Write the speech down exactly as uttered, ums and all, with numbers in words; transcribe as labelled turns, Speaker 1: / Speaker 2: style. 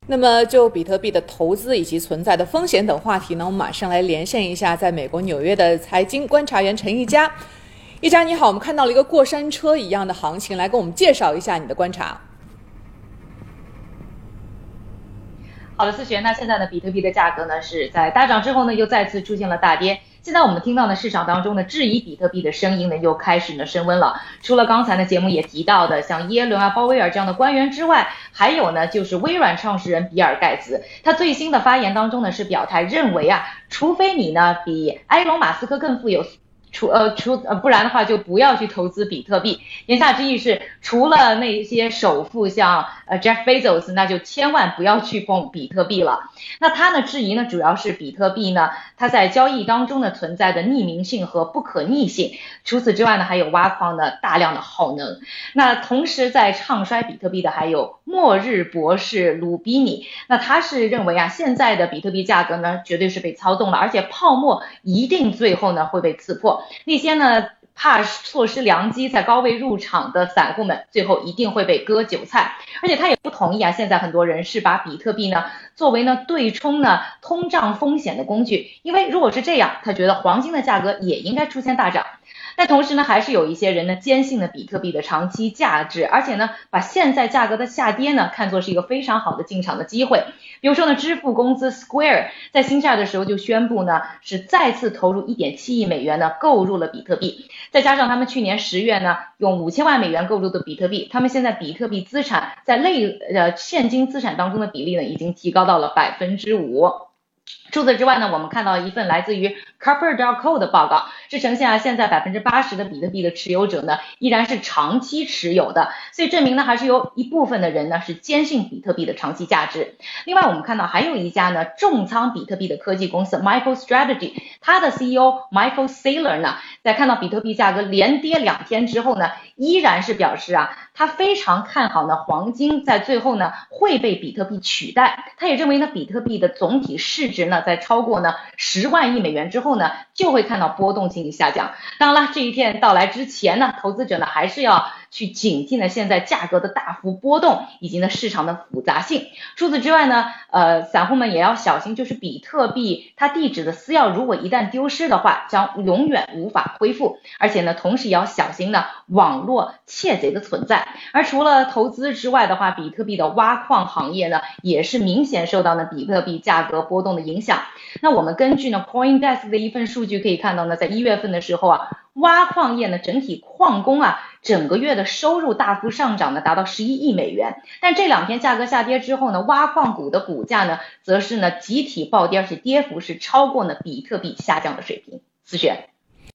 Speaker 1: 那么就比特币的投资以及存在的风险等话题呢，我们马上来连线一下在美国纽约的财经观察员陈一佳。一佳你好，我们看到了一个过山车一样的行情，来给我们介绍一下你的观察。
Speaker 2: 好的，思璇，那现在呢，比特币的价格呢是在大涨之后呢，又再次出现了大跌。现在我们听到呢，市场当中呢质疑比特币的声音呢又开始呢升温了。除了刚才呢节目也提到的像耶伦啊、鲍威尔这样的官员之外，还有呢就是微软创始人比尔盖茨，他最新的发言当中呢是表态认为啊，除非你呢比埃隆马斯克更富有。除呃除呃不然的话就不要去投资比特币。言下之意是，除了那些首富像呃 Jeff Bezos， 那就千万不要去碰比特币了。那他呢质疑呢，主要是比特币呢它在交易当中呢存在的匿名性和不可逆性。除此之外呢，还有挖矿的大量的耗能。那同时在唱衰比特币的还有末日博士鲁比尼。那他是认为啊，现在的比特币价格呢绝对是被操纵了，而且泡沫一定最后呢会被刺破。那些呢怕错失良机在高位入场的散户们，最后一定会被割韭菜。而且他也不同意啊，现在很多人是把比特币呢作为呢对冲呢通胀风险的工具，因为如果是这样，他觉得黄金的价格也应该出现大涨。但同时呢，还是有一些人呢坚信了比特币的长期价值，而且呢把现在价格的下跌呢看作是一个非常好的进场的机会。比如说呢，支付公司 Square 在星期二的时候就宣布呢是再次投入 一点七亿美元呢购入了比特币，再加上他们去年十月呢用五千万美元购入的比特币，他们现在比特币资产在类呃现金资产当中的比例呢已经提高到了百分之五。除此之外呢，我们看到一份来自于 Copper dot co 的报告，是呈现啊现在 百分之八十 的比特币的持有者呢依然是长期持有的，所以证明呢还是有一部分的人呢是坚信比特币的长期价值。另外我们看到还有一家呢重仓比特币的科技公司 MicroStrategy， 它的 C E O Michael Saylor 呢在看到比特币价格连跌两天之后呢，依然是表示啊他非常看好呢黄金在最后呢会被比特币取代。他也认为呢比特币的总体市值呢在超过呢十万亿美元之后呢就会看到波动性下降。当然了，这一天到来之前呢，投资者呢还是要去警惕呢现在价格的大幅波动以及呢市场的复杂性。除此之外呢呃散户们也要小心，就是比特币它地址的私钥如果一旦丢失的话，将永远无法恢复。而且呢同时也要小心呢网络窃贼的存在。而除了投资之外的话，比特币的挖矿行业呢也是明显受到呢比特币价格波动的影响。那我们根据呢 CoinDesk 的一份数据可以看到呢，在一月份的时候啊，挖矿业呢整体矿工啊整个月的收入大幅上涨呢达到十一亿美元。但这两天价格下跌之后呢，挖矿股的股价呢则是呢集体暴跌，而且跌幅是超过呢比特币下降的水平。思璇。